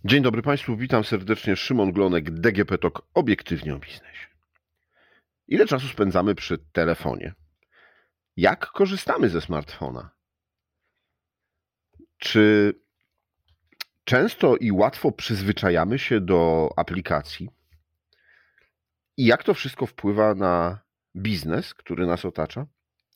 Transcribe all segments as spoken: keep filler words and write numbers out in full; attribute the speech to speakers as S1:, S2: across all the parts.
S1: Dzień dobry Państwu, witam serdecznie. Szymon Glonek, D G P Talk, obiektywnie o biznesie. Ile czasu spędzamy przy telefonie? Jak korzystamy ze smartfona? Czy często i łatwo przyzwyczajamy się do aplikacji? I jak to wszystko wpływa na biznes, który nas otacza?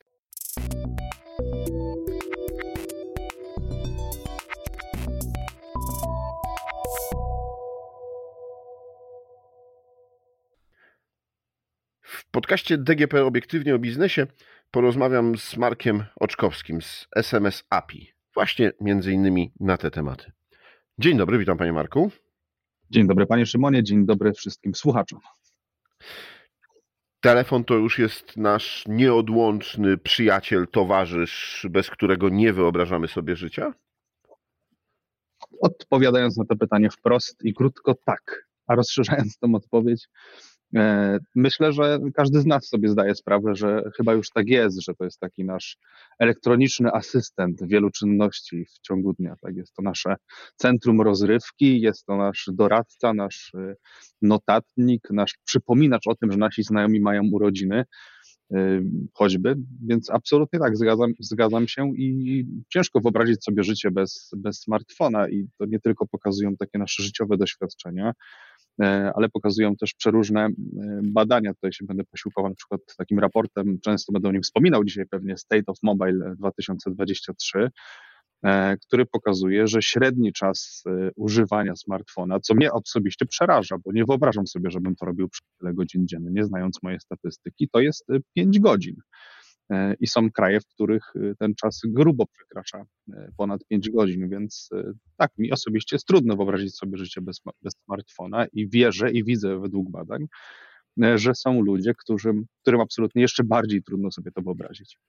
S1: W podcaście D G P Obiektywnie o biznesie porozmawiam z Markiem Oczkowskim z S M S A P I. Właśnie między innymi na te tematy. Dzień dobry, witam Panie Marku.
S2: Dzień dobry Panie Szymonie, dzień dobry wszystkim słuchaczom.
S1: Telefon to już jest nasz nieodłączny przyjaciel, towarzysz, bez którego nie wyobrażamy sobie życia?
S2: Odpowiadając na to pytanie wprost i krótko, tak. A rozszerzając tą odpowiedź, myślę, że każdy z nas sobie zdaje sprawę, że chyba już tak jest, że to jest taki nasz elektroniczny asystent wielu czynności w ciągu dnia. Tak? Jest to nasze centrum rozrywki, jest to nasz doradca, nasz notatnik, nasz przypominacz o tym, że nasi znajomi mają urodziny, choćby, więc absolutnie tak, zgadzam, zgadzam się i ciężko wyobrazić sobie życie bez, bez smartfona i to nie tylko pokazują takie nasze życiowe doświadczenia, ale pokazują też przeróżne badania. Tutaj się będę posiłkował na przykład takim raportem, często będę o nim wspominał dzisiaj pewnie, State of Mobile dwa tysiące dwudziesty trzeci, który pokazuje, że średni czas używania smartfona, co mnie osobiście przeraża, bo nie wyobrażam sobie, żebym to robił przez tyle godzin dziennie, nie znając mojej statystyki, to jest pięć godzin. I są kraje, w których ten czas grubo przekracza ponad pięć godzin, więc tak, mi osobiście jest trudno wyobrazić sobie życie bez, bez smartfona i wierzę i widzę według badań, że są ludzie, którym, którym absolutnie jeszcze bardziej trudno sobie to wyobrazić.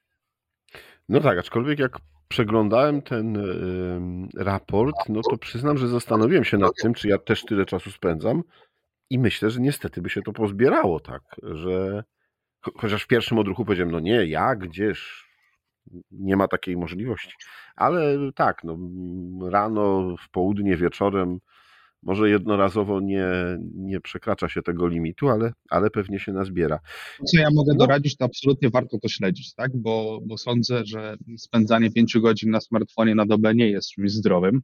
S1: No tak, aczkolwiek jak przeglądałem ten y, raport, no to przyznam, że zastanowiłem się nad tym, czy ja też tyle czasu spędzam i myślę, że niestety by się to pozbierało tak, że chociaż w pierwszym odruchu powiedziałem, no nie, ja gdzież, nie ma takiej możliwości, ale tak, no rano, w południe, wieczorem, może jednorazowo nie, nie przekracza się tego limitu, ale, ale pewnie się nazbiera.
S2: Co ja mogę doradzić, to absolutnie warto to śledzić, tak? Bo, bo sądzę, że spędzanie pięciu godzin na smartfonie na dobę nie jest czymś zdrowym,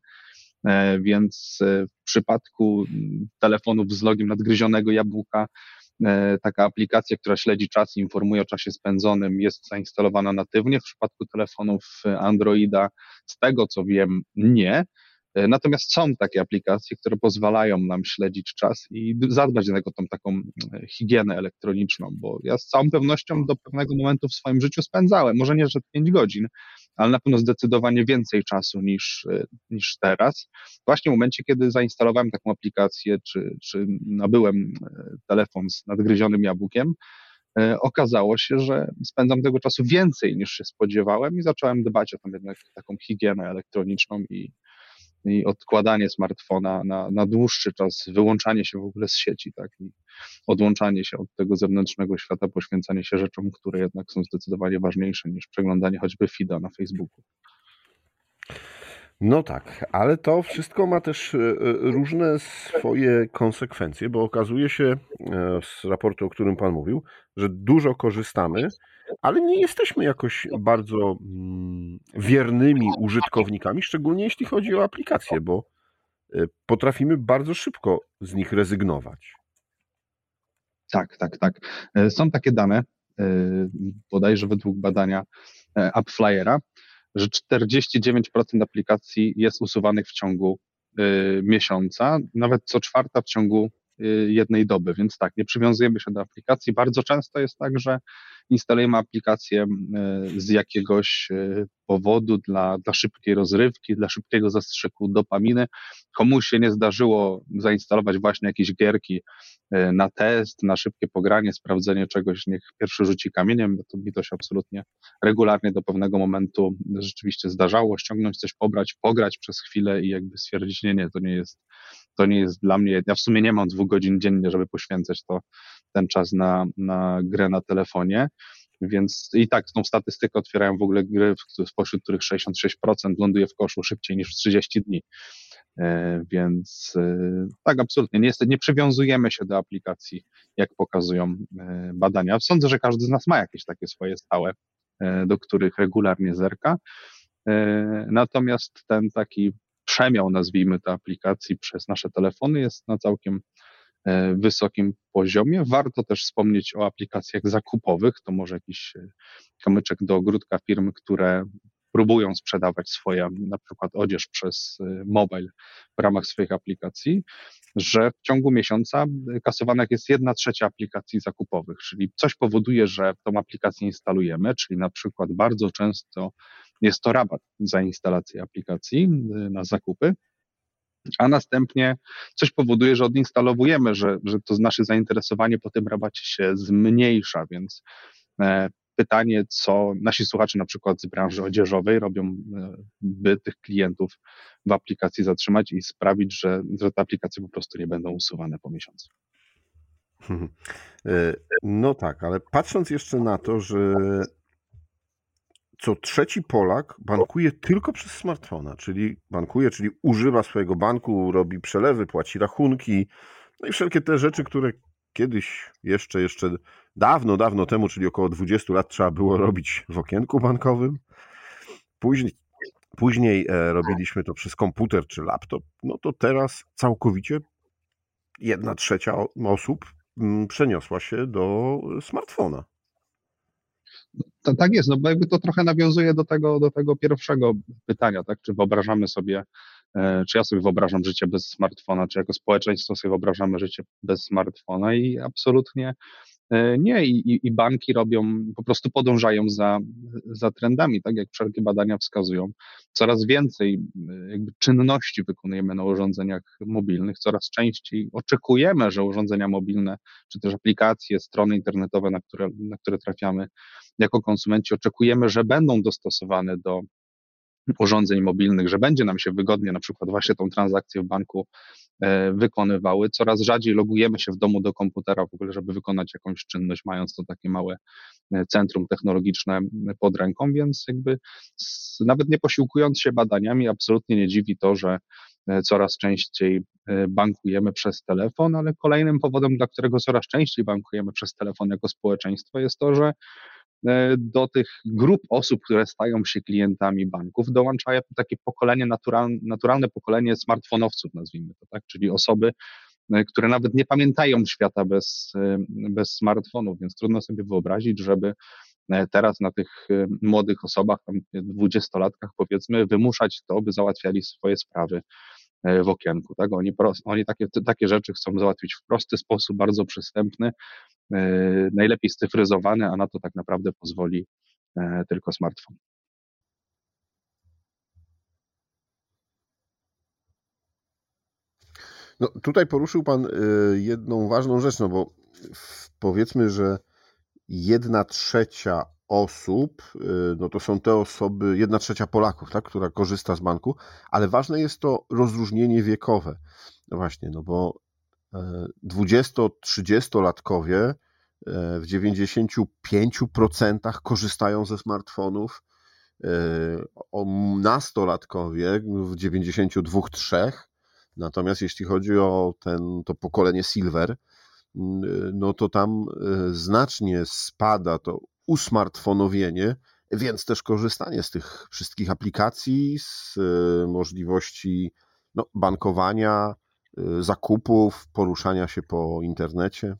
S2: więc w przypadku telefonów z logiem nadgryzionego jabłka taka aplikacja, która śledzi czas i informuje o czasie spędzonym, jest zainstalowana natywnie. W przypadku telefonów Androida, z tego co wiem, nie. Natomiast są takie aplikacje, które pozwalają nam śledzić czas i zadbać na tą taką higienę elektroniczną, bo ja z całą pewnością do pewnego momentu w swoim życiu spędzałem, może nie, że pięć godzin, ale na pewno zdecydowanie więcej czasu niż, niż teraz. Właśnie w momencie, kiedy zainstalowałem taką aplikację, czy, czy nabyłem telefon z nadgryzionym jabłkiem, okazało się, że spędzam tego czasu więcej niż się spodziewałem i zacząłem dbać o tą jednak taką higienę elektroniczną i i odkładanie smartfona na, na dłuższy czas, wyłączanie się w ogóle z sieci, tak, i odłączanie się od tego zewnętrznego świata, poświęcanie się rzeczom, które jednak są zdecydowanie ważniejsze niż przeglądanie choćby feeda na Facebooku.
S1: No tak, ale to wszystko ma też różne swoje konsekwencje, bo okazuje się z raportu, o którym Pan mówił, że dużo korzystamy, ale nie jesteśmy jakoś bardzo wiernymi użytkownikami, szczególnie jeśli chodzi o aplikacje, bo potrafimy bardzo szybko z nich rezygnować.
S2: Tak, tak, tak. Są takie dane, bodajże według badania AppFlyera, że czterdzieści dziewięć procent aplikacji jest usuwanych w ciągu y, miesiąca, nawet co czwarta w ciągu y, jednej doby, więc tak, nie przywiązujemy się do aplikacji. Bardzo często jest tak, że instalujemy aplikację y, z jakiegoś y, powodu dla, dla szybkiej rozrywki, dla szybkiego zastrzyku dopaminy. Komuś się nie zdarzyło zainstalować właśnie jakieś gierki y, na test, na szybkie pogranie, sprawdzenie czegoś, niech pierwszy rzuci kamieniem, bo to mi to się absolutnie regularnie do pewnego momentu rzeczywiście zdarzało, ściągnąć coś, pobrać, pograć przez chwilę i jakby stwierdzić, nie, nie, to nie jest, to nie jest dla mnie, ja w sumie nie mam dwóch godzin dziennie, żeby poświęcać to, ten czas na, na grę na telefonie, więc i tak tą statystykę otwierają w ogóle gry, spośród których sześćdziesiąt sześć procent ląduje w koszu szybciej niż w trzydzieści dni. Więc tak, absolutnie. Nie, jest, nie przywiązujemy się do aplikacji, jak pokazują badania. Sądzę, że każdy z nas ma jakieś takie swoje stałe, do których regularnie zerka. Natomiast ten taki przemiał, nazwijmy to, aplikacji przez nasze telefony jest na całkiem wysokim poziomie. Warto też wspomnieć o aplikacjach zakupowych. To może jakiś kamyczek do ogródka firm, które próbują sprzedawać swoją, na przykład odzież przez mobile w ramach swoich aplikacji, że w ciągu miesiąca kasowanych jest jedna trzecia aplikacji zakupowych, czyli coś powoduje, że tą aplikację instalujemy, czyli na przykład bardzo często jest to rabat za instalację aplikacji na zakupy, a następnie coś powoduje, że odinstalowujemy, że, że to nasze zainteresowanie po tym rabacie się zmniejsza, więc pytanie, co nasi słuchacze na przykład z branży odzieżowej robią, by tych klientów w aplikacji zatrzymać i sprawić, że, że te aplikacje po prostu nie będą usuwane po miesiącu.
S1: No tak, ale patrząc jeszcze na to, że co trzeci Polak bankuje tylko przez smartfona, czyli bankuje, czyli używa swojego banku, robi przelewy, płaci rachunki, no i wszelkie te rzeczy, które kiedyś jeszcze, jeszcze dawno, dawno temu, czyli około dwudziestu lat trzeba było robić w okienku bankowym. Później, później robiliśmy to przez komputer czy laptop. No to teraz całkowicie jedna trzecia osób przeniosła się do smartfona.
S2: To, tak jest, no bo jakby to trochę nawiązuje do tego, do tego pierwszego pytania, tak? Czy wyobrażamy sobie, czy ja sobie wyobrażam życie bez smartfona, czy jako społeczeństwo sobie wyobrażamy życie bez smartfona i absolutnie nie. I, i banki robią, po prostu podążają za, za trendami, tak jak wszelkie badania wskazują. Coraz więcej jakby czynności wykonujemy na urządzeniach mobilnych, coraz częściej oczekujemy, że urządzenia mobilne, czy też aplikacje, strony internetowe, na które, na które trafiamy jako konsumenci, oczekujemy, że będą dostosowane do urządzeń mobilnych, że będzie nam się wygodnie na przykład właśnie tą transakcję w banku wykonywały. Coraz rzadziej logujemy się w domu do komputera w ogóle, żeby wykonać jakąś czynność, mając to takie małe centrum technologiczne pod ręką, więc jakby nawet nie posiłkując się badaniami, absolutnie nie dziwi to, że coraz częściej bankujemy przez telefon, ale kolejnym powodem, dla którego coraz częściej bankujemy przez telefon jako społeczeństwo, jest to, że do tych grup osób, które stają się klientami banków, dołącza takie pokolenie, naturalne, naturalne pokolenie smartfonowców, nazwijmy to tak, czyli osoby, które nawet nie pamiętają świata bez, bez smartfonów, więc trudno sobie wyobrazić, żeby teraz na tych młodych osobach, tam dwudziestolatkach powiedzmy, wymuszać to, by załatwiali swoje sprawy w okienku. Tak? Oni, oni takie, takie rzeczy chcą załatwić w prosty sposób, bardzo przystępny, najlepiej scyfryzowany, a na to tak naprawdę pozwoli tylko smartfon.
S1: No, tutaj poruszył Pan jedną ważną rzecz, no bo powiedzmy, że jedna trzecia osób, no to są te osoby, jedna trzecia Polaków, tak, która korzysta z banku, ale ważne jest to rozróżnienie wiekowe. No właśnie, no bo dwudziesto-trzydziestolatkowie w dziewięćdziesięciu pięciu procentach korzystają ze smartfonów, nastolatkowie w dziewięćdziesięciu dwóch do trzech procent, natomiast jeśli chodzi o ten, to pokolenie Silver, no to tam znacznie spada to usmartfonowienie, więc też korzystanie z tych wszystkich aplikacji, z możliwości no, bankowania, zakupów, poruszania się po internecie.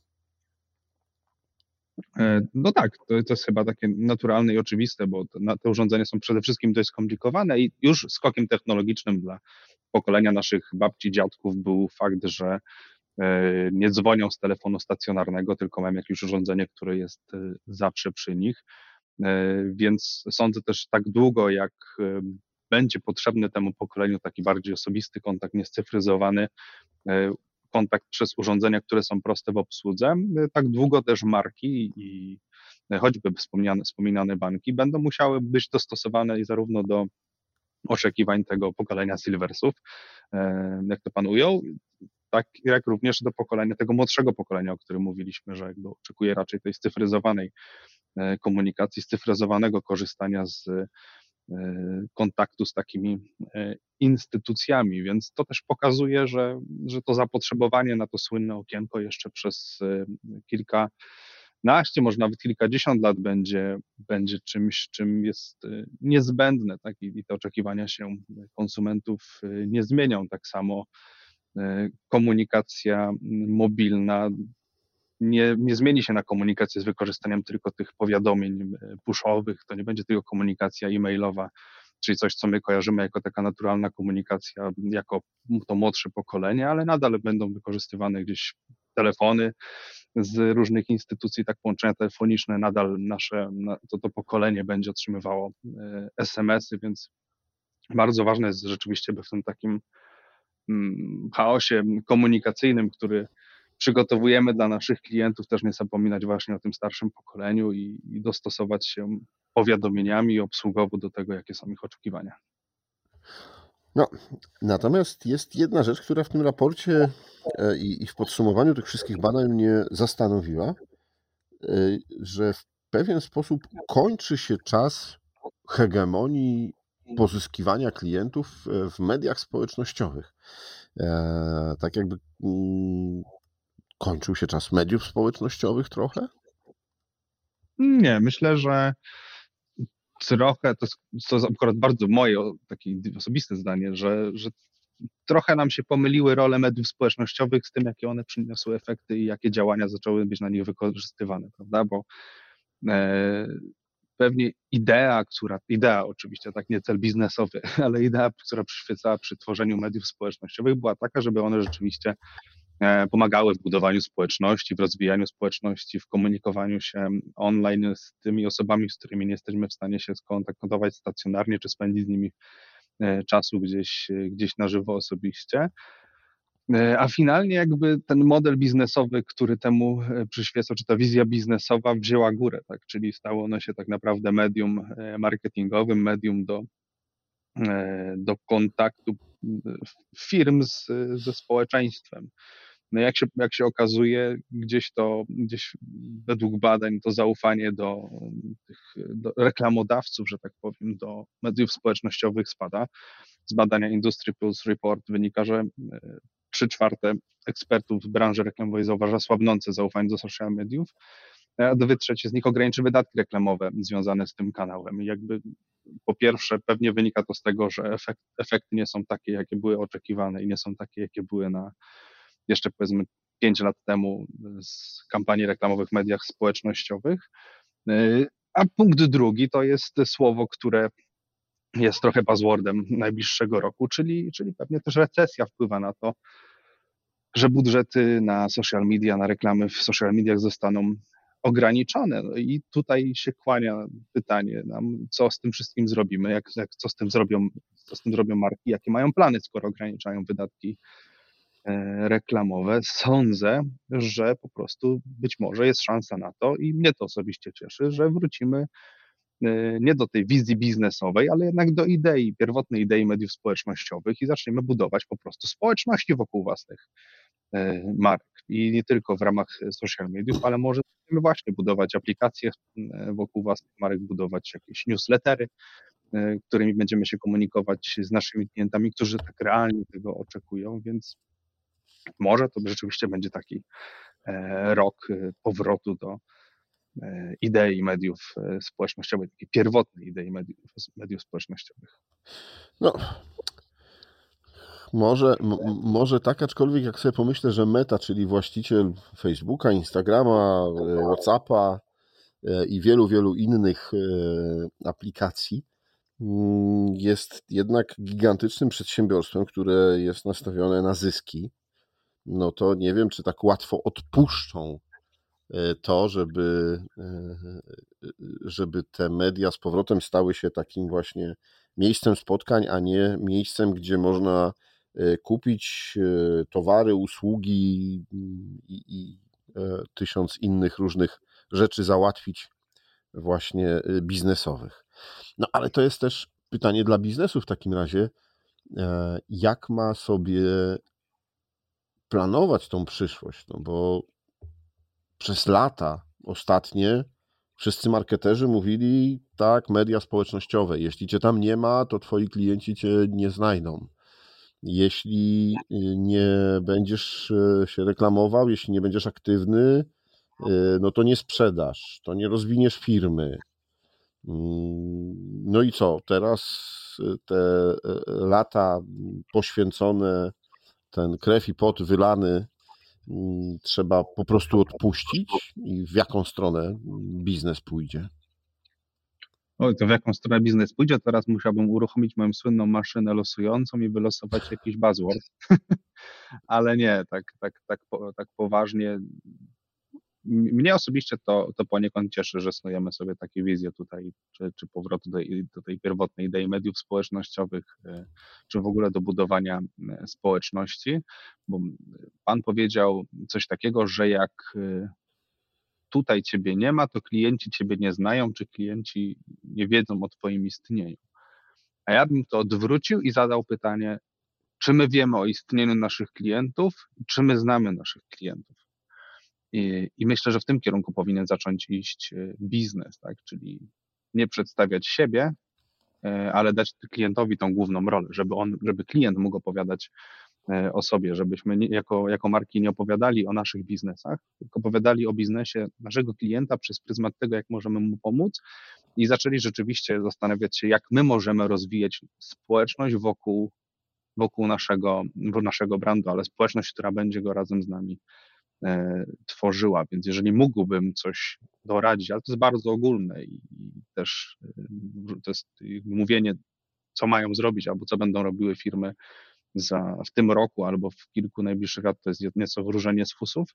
S2: No tak, to, to jest chyba takie naturalne i oczywiste, bo te, te urządzenia są przede wszystkim dość skomplikowane i już skokiem technologicznym dla pokolenia naszych babci, dziadków był fakt, że nie dzwonią z telefonu stacjonarnego, tylko mają jakieś urządzenie, które jest zawsze przy nich. Więc sądzę też, tak długo jak będzie potrzebny temu pokoleniu taki bardziej osobisty kontakt, niescyfryzowany, kontakt przez urządzenia, które są proste w obsłudze, tak długo też marki i choćby wspomniane, wspominane banki będą musiały być dostosowane i zarówno do oczekiwań tego pokolenia Silversów, jak to Pan ujął, tak jak również do pokolenia, tego młodszego pokolenia, o którym mówiliśmy, że jakby oczekuje raczej tej scyfryzowanej komunikacji, scyfryzowanego korzystania z kontaktu z takimi instytucjami, więc to też pokazuje, że, że to zapotrzebowanie na to słynne okienko jeszcze przez kilkanaście, może nawet kilkadziesiąt lat będzie, będzie czymś, czym jest niezbędne, tak? I, i te oczekiwania się konsumentów nie zmienią. Tak samo komunikacja mobilna nie, nie zmieni się na komunikację z wykorzystaniem tylko tych powiadomień pushowych, to nie będzie tylko komunikacja e-mailowa, czyli coś, co my kojarzymy jako taka naturalna komunikacja, jako to młodsze pokolenie, ale nadal będą wykorzystywane gdzieś telefony z różnych instytucji, tak połączenia telefoniczne, nadal nasze, to, to pokolenie będzie otrzymywało es em esy, więc bardzo ważne jest rzeczywiście, by w tym takim chaosie komunikacyjnym, który przygotowujemy dla naszych klientów, też nie zapominać właśnie o tym starszym pokoleniu i, i dostosować się powiadomieniami obsługowo do tego, jakie są ich oczekiwania.
S1: No, natomiast jest jedna rzecz, która w tym raporcie i, i w podsumowaniu tych wszystkich badań mnie zastanowiła, że w pewien sposób kończy się czas hegemonii pozyskiwania klientów w mediach społecznościowych. Tak jakby kończył się czas mediów społecznościowych trochę?
S2: Nie, myślę, że trochę, to jest, to jest akurat bardzo moje takie osobiste zdanie, że, że trochę nam się pomyliły role mediów społecznościowych z tym, jakie one przyniosły efekty i jakie działania zaczęły być na nich wykorzystywane, prawda? Bo e, pewnie idea, która, idea oczywiście, tak nie cel biznesowy, ale idea, która przyświecała przy tworzeniu mediów społecznościowych była taka, żeby one rzeczywiście pomagały w budowaniu społeczności, w rozwijaniu społeczności, w komunikowaniu się online z tymi osobami, z którymi nie jesteśmy w stanie się skontaktować stacjonarnie, czy spędzić z nimi czasu gdzieś, gdzieś na żywo osobiście. A finalnie jakby ten model biznesowy, który temu przyświecał, czy ta wizja biznesowa wzięła górę, tak? Czyli stało ono się tak naprawdę medium marketingowym, medium do, do kontaktu firm z, ze społeczeństwem. No jak się, jak się okazuje, gdzieś to, gdzieś według badań to zaufanie do tych do reklamodawców, że tak powiem, do mediów społecznościowych spada. Z badania Industry Pulse Report wynika, że trzy czwarte ekspertów z branży reklamowej zauważa słabnące zaufanie do social mediów, a dwie trzecie z nich ograniczy wydatki reklamowe związane z tym kanałem. I jakby po pierwsze pewnie wynika to z tego, że efekt, efekty nie są takie, jakie były oczekiwane i nie są takie, jakie były na jeszcze powiedzmy pięć lat temu z kampanii reklamowych w mediach społecznościowych. A punkt drugi to jest słowo, które jest trochę buzzwordem najbliższego roku, czyli, czyli pewnie też recesja wpływa na to, że budżety na social media, na reklamy w social mediach zostaną ograniczone. No i tutaj się kłania pytanie nam, co z tym wszystkim zrobimy, jak, jak, co, z tym zrobią, co z tym zrobią marki, jakie mają plany, skoro ograniczają wydatki reklamowe. Sądzę, że po prostu być może jest szansa na to i mnie to osobiście cieszy, że wrócimy nie do tej wizji biznesowej, ale jednak do idei, pierwotnej idei mediów społecznościowych i zaczniemy budować po prostu społeczności wokół własnych marek. I nie tylko w ramach social mediów, ale może będziemy właśnie budować aplikacje wokół własnych marek, budować jakieś newslettery, którymi będziemy się komunikować z naszymi klientami, którzy tak realnie tego oczekują, więc może to rzeczywiście będzie taki rok powrotu do idei mediów społecznościowych, takiej pierwotnej idei mediów, mediów społecznościowych.
S1: No, może, m- może tak, aczkolwiek jak sobie pomyślę, że Meta, czyli właściciel Facebooka, Instagrama, WhatsAppa i wielu, wielu innych aplikacji, jest jednak gigantycznym przedsiębiorstwem, które jest nastawione na zyski, no to nie wiem, czy tak łatwo odpuszczą to, żeby, żeby te media z powrotem stały się takim właśnie miejscem spotkań, a nie miejscem, gdzie można kupić towary, usługi i, i tysiąc innych różnych rzeczy załatwić właśnie biznesowych. No ale to jest też pytanie dla biznesu w takim razie, jak ma sobie planować tą przyszłość, no bo przez lata ostatnie Wszyscy marketerzy mówili, tak, media społecznościowe. Jeśli cię tam nie ma, to twoi klienci cię nie znajdą. Jeśli nie będziesz się reklamował, jeśli nie będziesz aktywny, no to nie sprzedasz, to nie rozwiniesz firmy. No i co? Teraz te lata poświęcone, ten krew i pot wylany trzeba po prostu odpuścić i w jaką stronę biznes pójdzie?
S2: Oj, to w jaką stronę biznes pójdzie? Teraz musiałbym uruchomić moją słynną maszynę losującą i wylosować jakiś buzzword. Ale nie, tak, tak, tak, tak poważnie. Mnie osobiście to, to poniekąd cieszy, że snujemy sobie takie wizje tutaj, czy, czy powrotu do, do tej pierwotnej idei mediów społecznościowych, czy w ogóle do budowania społeczności, bo pan powiedział coś takiego, że jak tutaj ciebie nie ma, to klienci ciebie nie znają, czy klienci nie wiedzą o twoim istnieniu. A ja bym to odwrócił i zadał pytanie, czy my wiemy o istnieniu naszych klientów, czy my znamy naszych klientów. I, I myślę, że w tym kierunku powinien zacząć iść biznes, tak? Czyli nie przedstawiać siebie, ale dać klientowi tą główną rolę, żeby on, żeby klient mógł opowiadać o sobie, żebyśmy nie, jako, jako marki nie opowiadali o naszych biznesach, tylko opowiadali o biznesie naszego klienta przez pryzmat tego, jak możemy mu pomóc i zaczęli rzeczywiście zastanawiać się, jak my możemy rozwijać społeczność wokół, wokół naszego, naszego brandu, ale społeczność, która będzie go razem z nami e, tworzyła. Więc jeżeli mógłbym coś doradzić, ale to jest bardzo ogólne i, i też e, to jest mówienie, co mają zrobić albo co będą robiły firmy za, w tym roku albo w kilku najbliższych lat, to jest nieco wróżenie z fusów,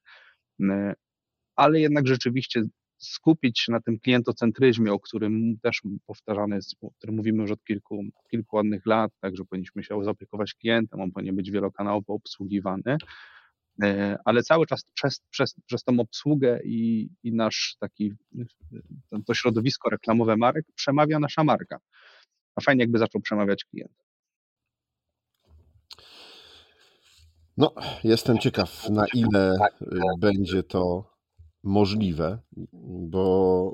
S2: ale jednak rzeczywiście skupić się na tym klientocentryzmie, o którym też powtarzane jest, o którym mówimy już od kilku, kilku ładnych lat, tak, że powinniśmy się zaopiekować klientem, on powinien być wielokanałowo obsługiwany, ale cały czas przez, przez, przez tą obsługę i, i nasz taki, to środowisko reklamowe marek przemawia nasza marka. A fajnie jakby zaczął przemawiać klient.
S1: No, jestem ciekaw, na ile będzie to możliwe, bo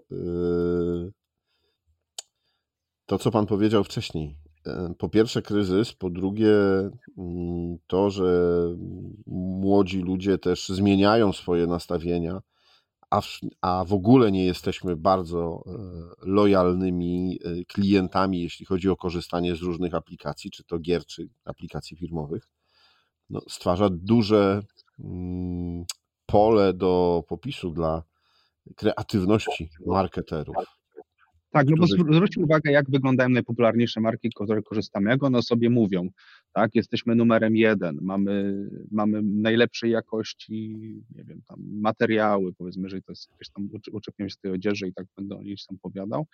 S1: to, co pan powiedział wcześniej, po pierwsze kryzys, po drugie to, że młodzi ludzie też zmieniają swoje nastawienia, a w, a w ogóle nie jesteśmy bardzo lojalnymi klientami, jeśli chodzi o korzystanie z różnych aplikacji, czy to gier, czy aplikacji firmowych. No, stwarza duże mm, pole do popisu dla kreatywności marketerów.
S2: Tak, no bo zwróćmy uwagę, jak wyglądają najpopularniejsze marki, które korzystamy, jak one o sobie mówią, tak, jesteśmy numerem jeden, mamy, mamy najlepszej jakości, nie wiem, tam materiały, powiedzmy, że to jest jakieś tam, uczepiam się tej odzieży i tak będę o niej tam opowiadał,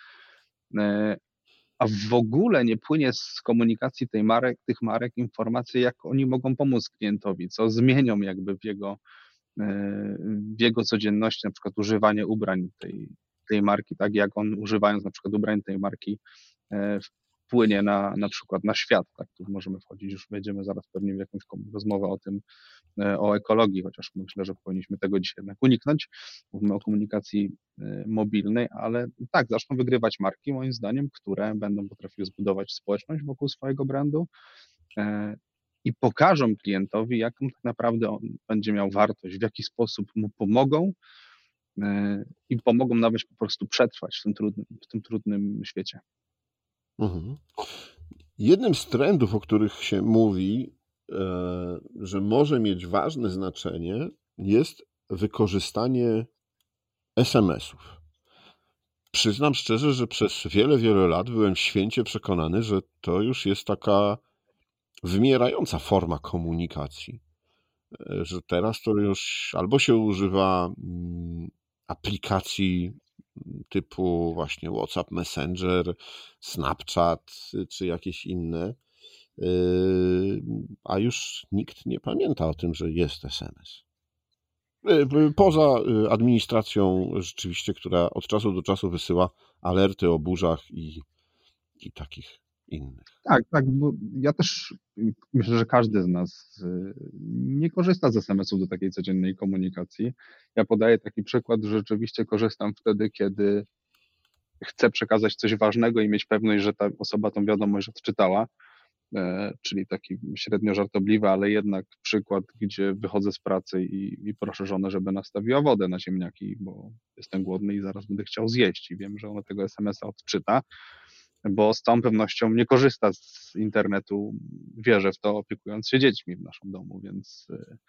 S2: a w ogóle nie płynie z komunikacji tej marek, tych marek informacji, jak oni mogą pomóc klientowi, co zmienią jakby w jego, w jego codzienności, na przykład używanie ubrań tej, tej marki, tak jak on używając na przykład ubrań tej marki wpłynie na, na przykład na świat, tak, tu możemy wchodzić, już wejdziemy zaraz pewnie w jakąś rozmowę o tym, o ekologii, chociaż myślę, że powinniśmy tego dzisiaj jednak uniknąć, mówimy o komunikacji mobilnej, ale tak, zaczną wygrywać marki, moim zdaniem, które będą potrafiły zbudować społeczność wokół swojego brandu i pokażą klientowi, jaką tak naprawdę on będzie miał wartość, w jaki sposób mu pomogą i pomogą nawet po prostu przetrwać w tym trudnym, w tym trudnym świecie.
S1: Mhm. Jednym z trendów, o których się mówi, że może mieć ważne znaczenie, jest wykorzystanie es em esów. Przyznam szczerze, że przez wiele, wiele lat byłem święcie przekonany, że to już jest taka wymierająca forma komunikacji. Że teraz to już albo się używa aplikacji typu właśnie WhatsApp, Messenger, Snapchat czy jakieś inne, a już nikt nie pamięta o tym, że jest es em es. Poza administracją rzeczywiście, która od czasu do czasu wysyła alerty o burzach i, i takich innych.
S2: Tak, tak, bo ja też myślę, że każdy z nas nie korzysta z es em esów do takiej codziennej komunikacji. Ja podaję taki przykład, że rzeczywiście korzystam wtedy, kiedy chcę przekazać coś ważnego i mieć pewność, że ta osoba tą wiadomość odczytała, czyli taki średnio żartobliwy, ale jednak przykład, gdzie wychodzę z pracy i, i proszę żonę, żeby nastawiła wodę na ziemniaki, bo jestem głodny i zaraz będę chciał zjeść i wiem, że ona tego es em es a odczyta, bo z całą pewnością nie korzysta z internetu, wierzę w to, opiekując się dziećmi w naszym domu, więc,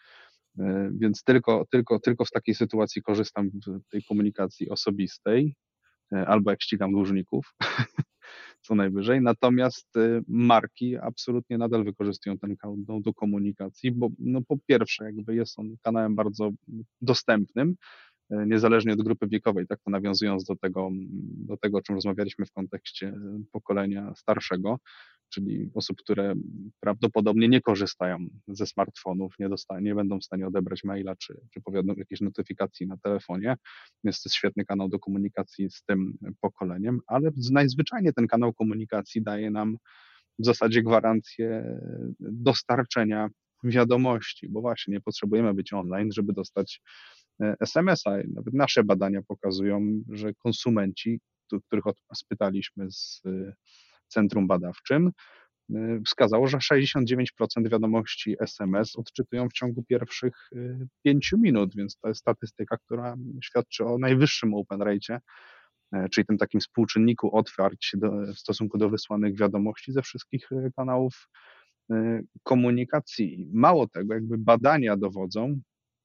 S2: więc tylko, tylko, tylko w takiej sytuacji korzystam w tej komunikacji osobistej, albo jak ścigam dłużników, co najwyżej. Natomiast marki absolutnie nadal wykorzystują ten kanał do komunikacji, bo no po pierwsze jakby jest on kanałem bardzo dostępnym, niezależnie od grupy wiekowej, tak to nawiązując do tego, do tego, o czym rozmawialiśmy w kontekście pokolenia starszego, czyli osób, które prawdopodobnie nie korzystają ze smartfonów, nie, dostają, nie będą w stanie odebrać maila czy, czy powiadomień, jakiejś notyfikacji na telefonie, więc to jest świetny kanał do komunikacji z tym pokoleniem, ale najzwyczajniej ten kanał komunikacji daje nam w zasadzie gwarancję dostarczenia wiadomości, bo właśnie nie potrzebujemy być online, żeby dostać es em es a. Nawet nasze badania pokazują, że konsumenci, których spytaliśmy z centrum badawczym, wskazało, że sześćdziesiąt dziewięć procent wiadomości es em es odczytują w ciągu pierwszych pięciu minut, więc to jest statystyka, która świadczy o najwyższym open rate'cie, czyli tym takim współczynniku otwarć do, w stosunku do wysłanych wiadomości ze wszystkich kanałów komunikacji. Mało tego, jakby badania dowodzą,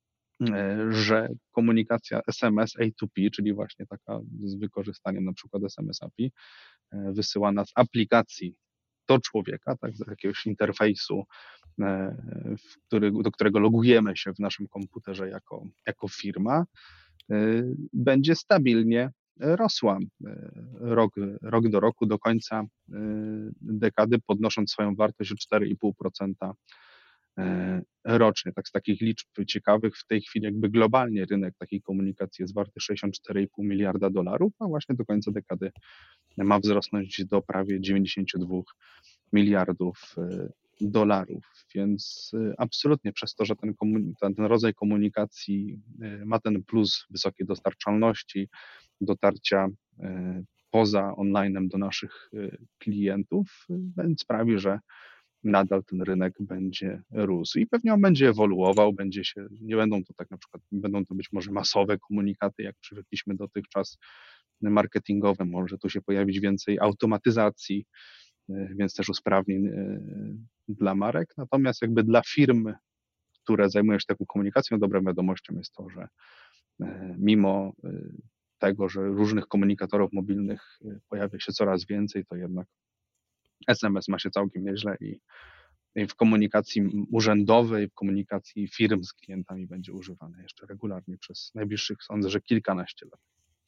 S2: że komunikacja es em es A to P, czyli właśnie taka z wykorzystaniem na przykład es em es A P I, wysyłana z aplikacji do człowieka, tak, z jakiegoś interfejsu, który, do którego logujemy się w naszym komputerze jako, jako firma, będzie stabilnie rosła rok, rok do roku, do końca dekady, podnosząc swoją wartość o cztery i pół procent rocznie. Tak z takich liczb ciekawych w tej chwili jakby globalnie rynek takiej komunikacji jest warty sześćdziesiąt cztery i pół miliarda dolarów, a właśnie do końca dekady ma wzrosnąć do prawie dziewięćdziesiąt dwa miliardów dolarów, więc absolutnie przez to, że ten, ten, ten rodzaj komunikacji ma ten plus wysokiej dostarczalności, dotarcia poza online'em do naszych klientów, więc sprawi, że nadal ten rynek będzie rósł i pewnie on będzie ewoluował, będzie się, nie będą to tak na przykład, będą to być może masowe komunikaty, jak przywykliśmy dotychczas, marketingowe, może tu się pojawić więcej automatyzacji, więc też usprawnień dla marek, natomiast jakby dla firm, które zajmują się taką komunikacją, dobrą wiadomością jest to, że mimo tego, że różnych komunikatorów mobilnych pojawia się coraz więcej, to jednak es em es ma się całkiem nieźle i, i w komunikacji urzędowej, w komunikacji firm z klientami będzie używane jeszcze regularnie przez najbliższych, sądzę, że kilkanaście lat.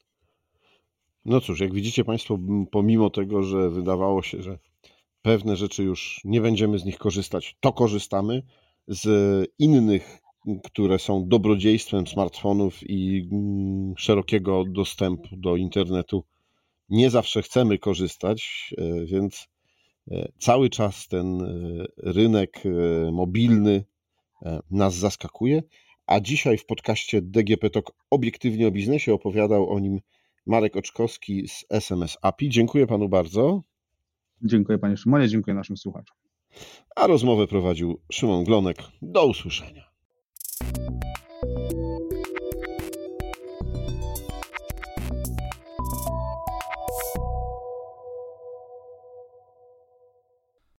S1: No cóż, jak widzicie Państwo, pomimo tego, że wydawało się, że pewne rzeczy już nie będziemy z nich korzystać, to korzystamy z innych, które są dobrodziejstwem smartfonów i szerokiego dostępu do internetu. Nie zawsze chcemy korzystać, więc cały czas ten rynek mobilny nas zaskakuje, a dzisiaj w podcaście D G P Talk obiektywnie o biznesie opowiadał o nim Marek Oczkowski z es em es A P I. Dziękuję Panu bardzo.
S2: Dziękuję Panie Szymonie, dziękuję naszym słuchaczom.
S1: A rozmowę prowadził Szymon Glonek. Do usłyszenia.